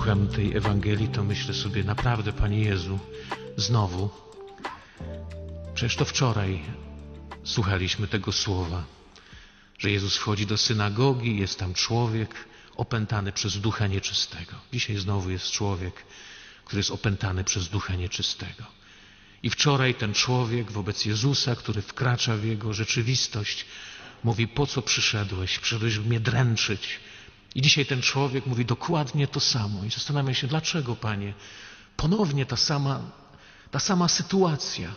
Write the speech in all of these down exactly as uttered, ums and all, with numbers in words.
słucham tej Ewangelii, to myślę sobie, naprawdę, Panie Jezu, znowu, przecież to wczoraj słuchaliśmy tego słowa, że Jezus wchodzi do synagogi, jest tam człowiek opętany przez ducha nieczystego. Dzisiaj znowu jest człowiek, który jest opętany przez ducha nieczystego. I wczoraj ten człowiek wobec Jezusa, który wkracza w jego rzeczywistość, mówi: po co przyszedłeś? Przyszedłeś mnie dręczyć. I dzisiaj ten człowiek mówi dokładnie to samo. I zastanawia się, dlaczego, Panie? Ponownie ta sama, ta sama sytuacja.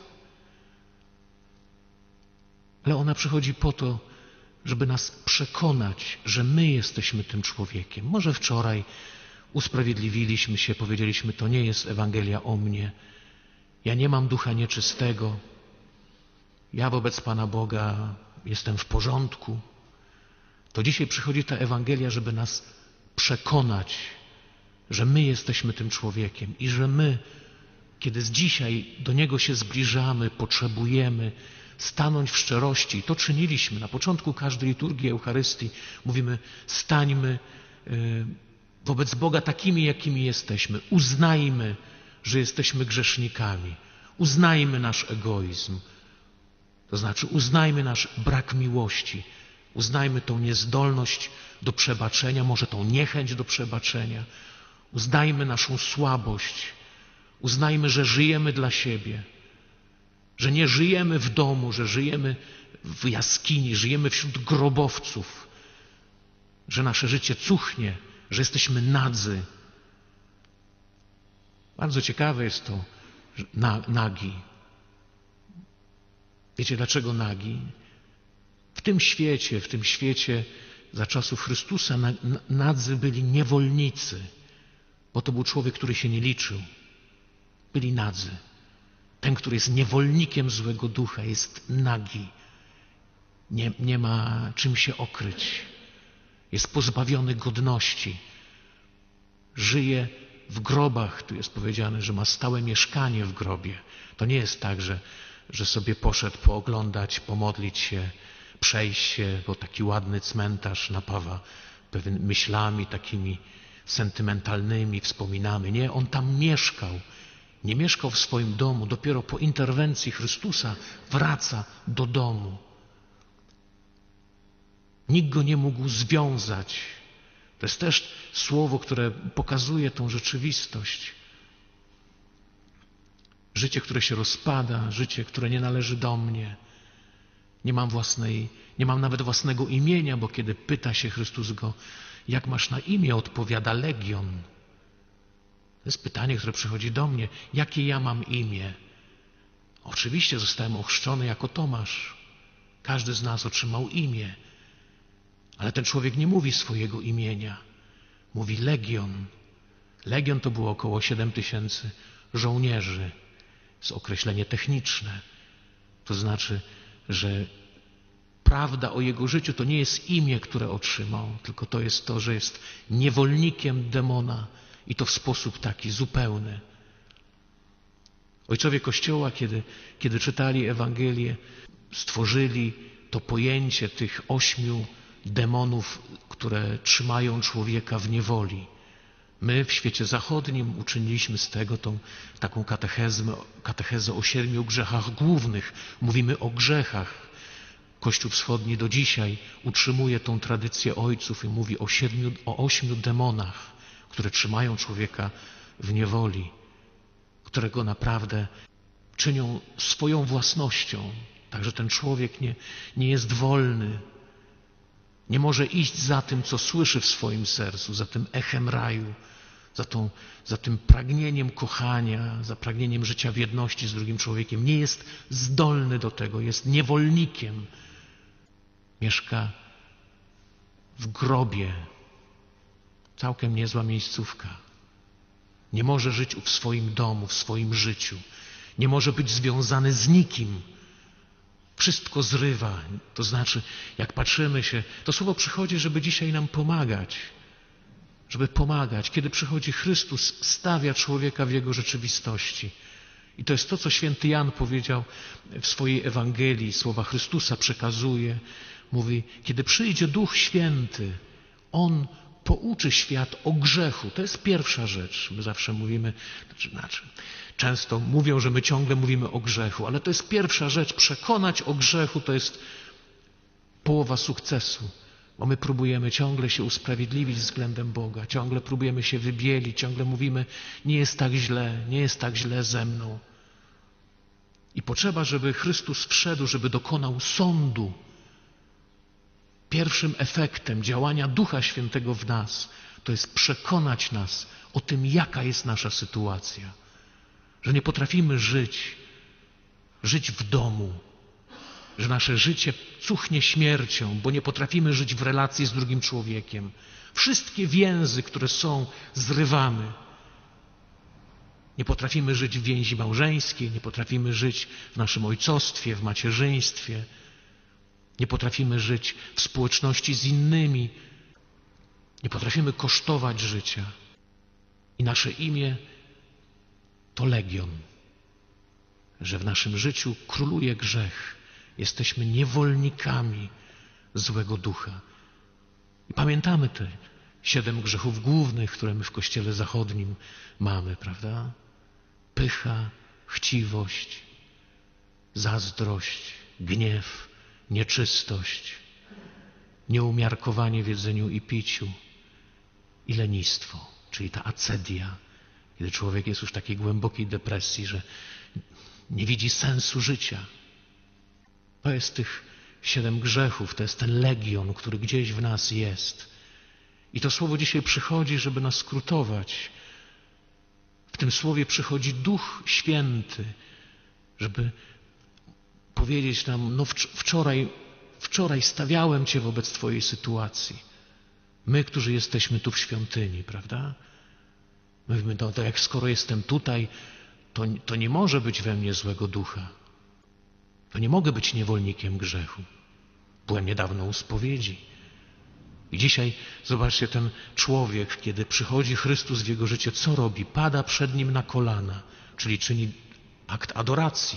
Ale ona przychodzi po to, żeby nas przekonać, że my jesteśmy tym człowiekiem. Może wczoraj usprawiedliwiliśmy się, powiedzieliśmy: to nie jest Ewangelia o mnie. Ja nie mam ducha nieczystego. Ja wobec Pana Boga jestem w porządku. To dzisiaj przychodzi ta Ewangelia, żeby nas przekonać, że my jesteśmy tym człowiekiem i że my, kiedy z dzisiaj do Niego się zbliżamy, potrzebujemy stanąć w szczerości. To czyniliśmy na początku każdej liturgii Eucharystii. Mówimy: stańmy wobec Boga takimi, jakimi jesteśmy. Uznajmy, że jesteśmy grzesznikami. Uznajmy nasz egoizm. To znaczy uznajmy nasz brak miłości. Uznajmy tą niezdolność do przebaczenia, może tą niechęć do przebaczenia. Uznajmy naszą słabość. Uznajmy, że żyjemy dla siebie. Że nie żyjemy w domu, że żyjemy w jaskini, żyjemy wśród grobowców. Że nasze życie cuchnie, że jesteśmy nadzy. Bardzo ciekawe jest to, na, nagi. Wiecie dlaczego nagi? W tym świecie, w tym świecie za czasów Chrystusa nadzy byli niewolnicy, bo to był człowiek, który się nie liczył. Byli nadzy. Ten, który jest niewolnikiem złego ducha, jest nagi. Nie, nie ma czym się okryć. Jest pozbawiony godności. Żyje w grobach. Tu jest powiedziane, że ma stałe mieszkanie w grobie. To nie jest tak, że, że sobie poszedł pooglądać, pomodlić się, przejść się, bo taki ładny cmentarz napawa pewien myślami takimi sentymentalnymi, wspominamy. Nie, on tam mieszkał. Nie mieszkał w swoim domu. Dopiero po interwencji Chrystusa wraca do domu. Nikt go nie mógł związać. To jest też słowo, które pokazuje tą rzeczywistość. Życie, które się rozpada, życie, które nie należy do mnie. Nie mam własnej, nie mam nawet własnego imienia, bo kiedy pyta się Chrystus go: jak masz na imię? Odpowiada: Legion. To jest pytanie, które przychodzi do mnie. Jakie ja mam imię? Oczywiście zostałem ochrzczony jako Tomasz. Każdy z nas otrzymał imię. Ale ten człowiek nie mówi swojego imienia. Mówi Legion. Legion to było około siedem tysięcy żołnierzy. Jest określenie techniczne. To znaczy, że prawda o jego życiu to nie jest imię, które otrzymał, tylko to jest to, że jest niewolnikiem demona i to w sposób taki zupełny. Ojcowie Kościoła, kiedy, kiedy czytali Ewangelię, stworzyli to pojęcie tych ośmiu demonów, które trzymają człowieka w niewoli. My w świecie zachodnim uczyniliśmy z tego tą taką katechezę, katechezę o siedmiu grzechach głównych. Mówimy o grzechach. Kościół Wschodni do dzisiaj utrzymuje tą tradycję ojców i mówi o siedmiu, o ośmiu demonach, które trzymają człowieka w niewoli, którego naprawdę czynią swoją własnością. Także ten człowiek nie, nie jest wolny. Nie może iść za tym, co słyszy w swoim sercu, za tym echem raju, za, tą, za tym pragnieniem kochania, za pragnieniem życia w jedności z drugim człowiekiem. Nie jest zdolny do tego, jest niewolnikiem. Mieszka w grobie. Całkiem niezła miejscówka. Nie może żyć w swoim domu, w swoim życiu. Nie może być związany z nikim. Wszystko zrywa. To znaczy, jak patrzymy się, to słowo przychodzi, żeby dzisiaj nam pomagać. Żeby pomagać. Kiedy przychodzi Chrystus, stawia człowieka w jego rzeczywistości. I to jest to, co święty Jan powiedział w swojej Ewangelii. Słowa Chrystusa przekazuje. Mówi, kiedy przyjdzie Duch Święty, On pouczy świat o grzechu. To jest pierwsza rzecz. My zawsze mówimy, znaczy, często mówią, że my ciągle mówimy o grzechu, ale to jest pierwsza rzecz. Przekonać o grzechu to jest połowa sukcesu, bo my próbujemy ciągle się usprawiedliwić względem Boga, ciągle próbujemy się wybielić, ciągle mówimy, nie jest tak źle, nie jest tak źle ze mną. I potrzeba, żeby Chrystus wszedł, żeby dokonał sądu. Pierwszym efektem działania Ducha Świętego w nas to jest przekonać nas o tym, jaka jest nasza sytuacja. Że nie potrafimy żyć, żyć w domu, że nasze życie cuchnie śmiercią, bo nie potrafimy żyć w relacji z drugim człowiekiem. Wszystkie więzy, które są, zrywamy. Nie potrafimy żyć w więzi małżeńskiej, nie potrafimy żyć w naszym ojcostwie, w macierzyństwie. Nie potrafimy żyć w społeczności z innymi. Nie potrafimy kosztować życia. I nasze imię to legion, że w naszym życiu króluje grzech. Jesteśmy niewolnikami złego ducha. I pamiętamy te siedem grzechów głównych, które my w Kościele Zachodnim mamy, prawda? Pycha, chciwość, zazdrość, gniew, nieczystość, nieumiarkowanie w jedzeniu i piciu i lenistwo, czyli ta acedia, kiedy człowiek jest już w takiej głębokiej depresji, że nie widzi sensu życia. To jest tych siedem grzechów, to jest ten legion, który gdzieś w nas jest. I to słowo dzisiaj przychodzi, żeby nas skrótować. W tym słowie przychodzi Duch Święty, żeby powiedzieć nam, no wczoraj, wczoraj stawiałem Cię wobec Twojej sytuacji. My, którzy jesteśmy tu w świątyni, prawda? My mówimy, no to jak skoro jestem tutaj, to, to nie może być we mnie złego ducha. To nie mogę być niewolnikiem grzechu. Byłem niedawno u spowiedzi. I dzisiaj, zobaczcie, ten człowiek, kiedy przychodzi Chrystus w jego życie, co robi? Pada przed Nim na kolana, czyli czyni akt adoracji.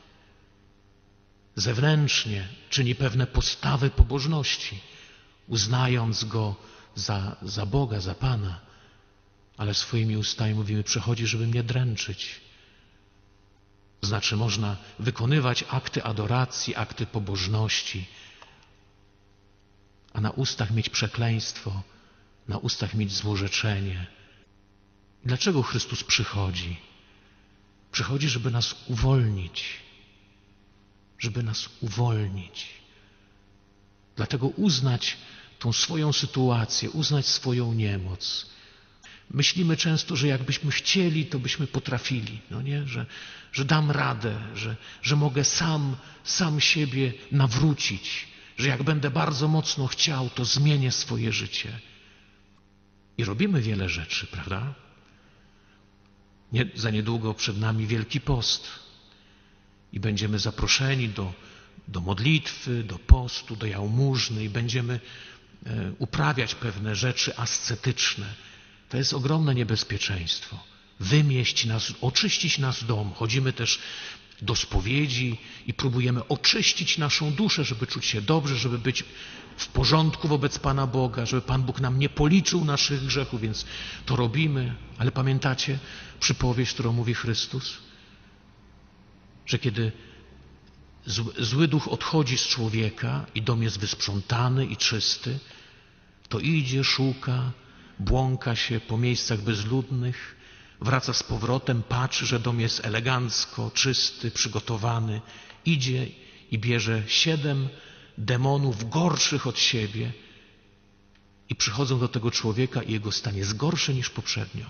Zewnętrznie czyni pewne postawy pobożności, uznając Go za, za Boga, za Pana. Ale swoimi ustami mówimy, przychodzi, żeby mnie dręczyć. To znaczy, można wykonywać akty adoracji, akty pobożności, a na ustach mieć przekleństwo, na ustach mieć złorzeczenie. Dlaczego Chrystus przychodzi? Przychodzi, żeby nas uwolnić. Żeby nas uwolnić. Dlatego uznać tą swoją sytuację, uznać swoją niemoc. Myślimy często, że jakbyśmy chcieli, to byśmy potrafili, no nie? Że, że dam radę, że, że mogę sam, sam siebie nawrócić, że jak będę bardzo mocno chciał, to zmienię swoje życie. I robimy wiele rzeczy, prawda? Nie, za niedługo przed nami Wielki Post i będziemy zaproszeni do, do modlitwy, do postu, do jałmużny i będziemy e, uprawiać pewne rzeczy ascetyczne. To jest ogromne niebezpieczeństwo. Wymieść nas, oczyścić nasz dom. Chodzimy też do spowiedzi i próbujemy oczyścić naszą duszę, żeby czuć się dobrze, żeby być w porządku wobec Pana Boga, żeby Pan Bóg nam nie policzył naszych grzechów, więc to robimy. Ale pamiętacie przypowieść, którą mówi Chrystus? Że kiedy zły duch odchodzi z człowieka i dom jest wysprzątany i czysty, to idzie, szuka, błąka się po miejscach bezludnych, wraca z powrotem, patrzy, że dom jest elegancko, czysty, przygotowany. Idzie i bierze siedem demonów gorszych od siebie i przychodzą do tego człowieka i jego stan jest gorszy niż poprzednio.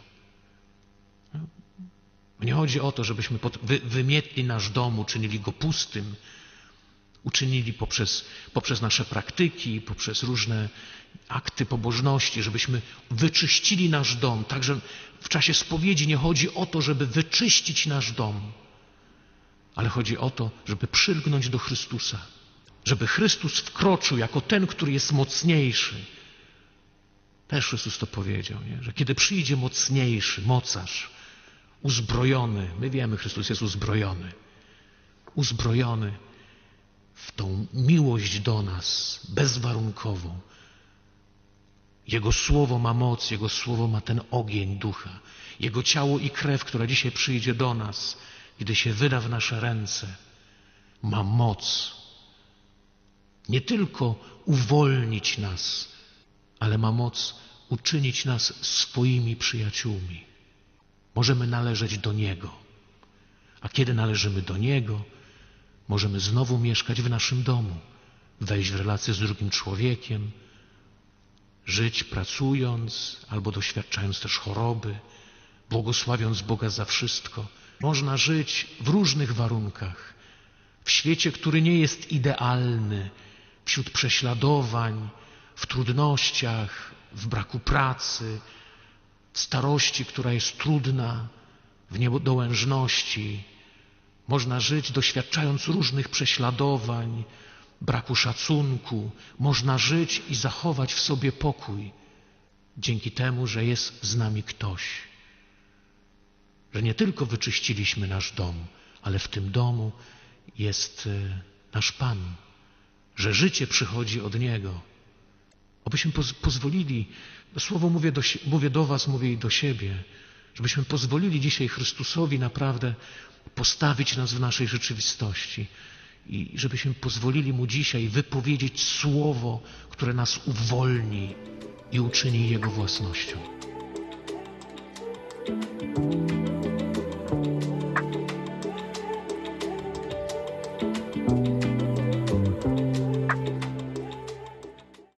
Nie chodzi o to, żebyśmy wy, wymietli nasz dom, uczynili go pustym, uczynili poprzez, poprzez nasze praktyki, poprzez różne akty pobożności, żebyśmy wyczyścili nasz dom. Także w czasie spowiedzi nie chodzi o to, żeby wyczyścić nasz dom, ale chodzi o to, żeby przylgnąć do Chrystusa. Żeby Chrystus wkroczył jako ten, który jest mocniejszy. Też Chrystus to powiedział, nie? Że kiedy przyjdzie mocniejszy, mocarz, uzbrojony, my wiemy, Chrystus jest uzbrojony, uzbrojony w tą miłość do nas, bezwarunkową, Jego Słowo ma moc, Jego Słowo ma ten ogień Ducha. Jego ciało i krew, która dzisiaj przyjdzie do nas, gdy się wyda w nasze ręce, ma moc nie tylko uwolnić nas, ale ma moc uczynić nas swoimi przyjaciółmi. Możemy należeć do Niego. A kiedy należymy do Niego, możemy znowu mieszkać w naszym domu, wejść w relację z drugim człowiekiem, żyć pracując albo doświadczając też choroby, błogosławiąc Boga za wszystko. Można żyć w różnych warunkach, w świecie, który nie jest idealny, wśród prześladowań, w trudnościach, w braku pracy, w starości, która jest trudna, w niedołężności. Można żyć doświadczając różnych prześladowań, braku szacunku. Można żyć i zachować w sobie pokój dzięki temu, że jest z nami ktoś. Że nie tylko wyczyściliśmy nasz dom, ale w tym domu jest nasz Pan. Że życie przychodzi od Niego. Obyśmy poz pozwolili, słowo mówię do, mówię do was, mówię i do siebie, żebyśmy pozwolili dzisiaj Chrystusowi naprawdę postawić nas w naszej rzeczywistości i żebyśmy pozwolili Mu dzisiaj wypowiedzieć słowo, które nas uwolni i uczyni Jego własnością.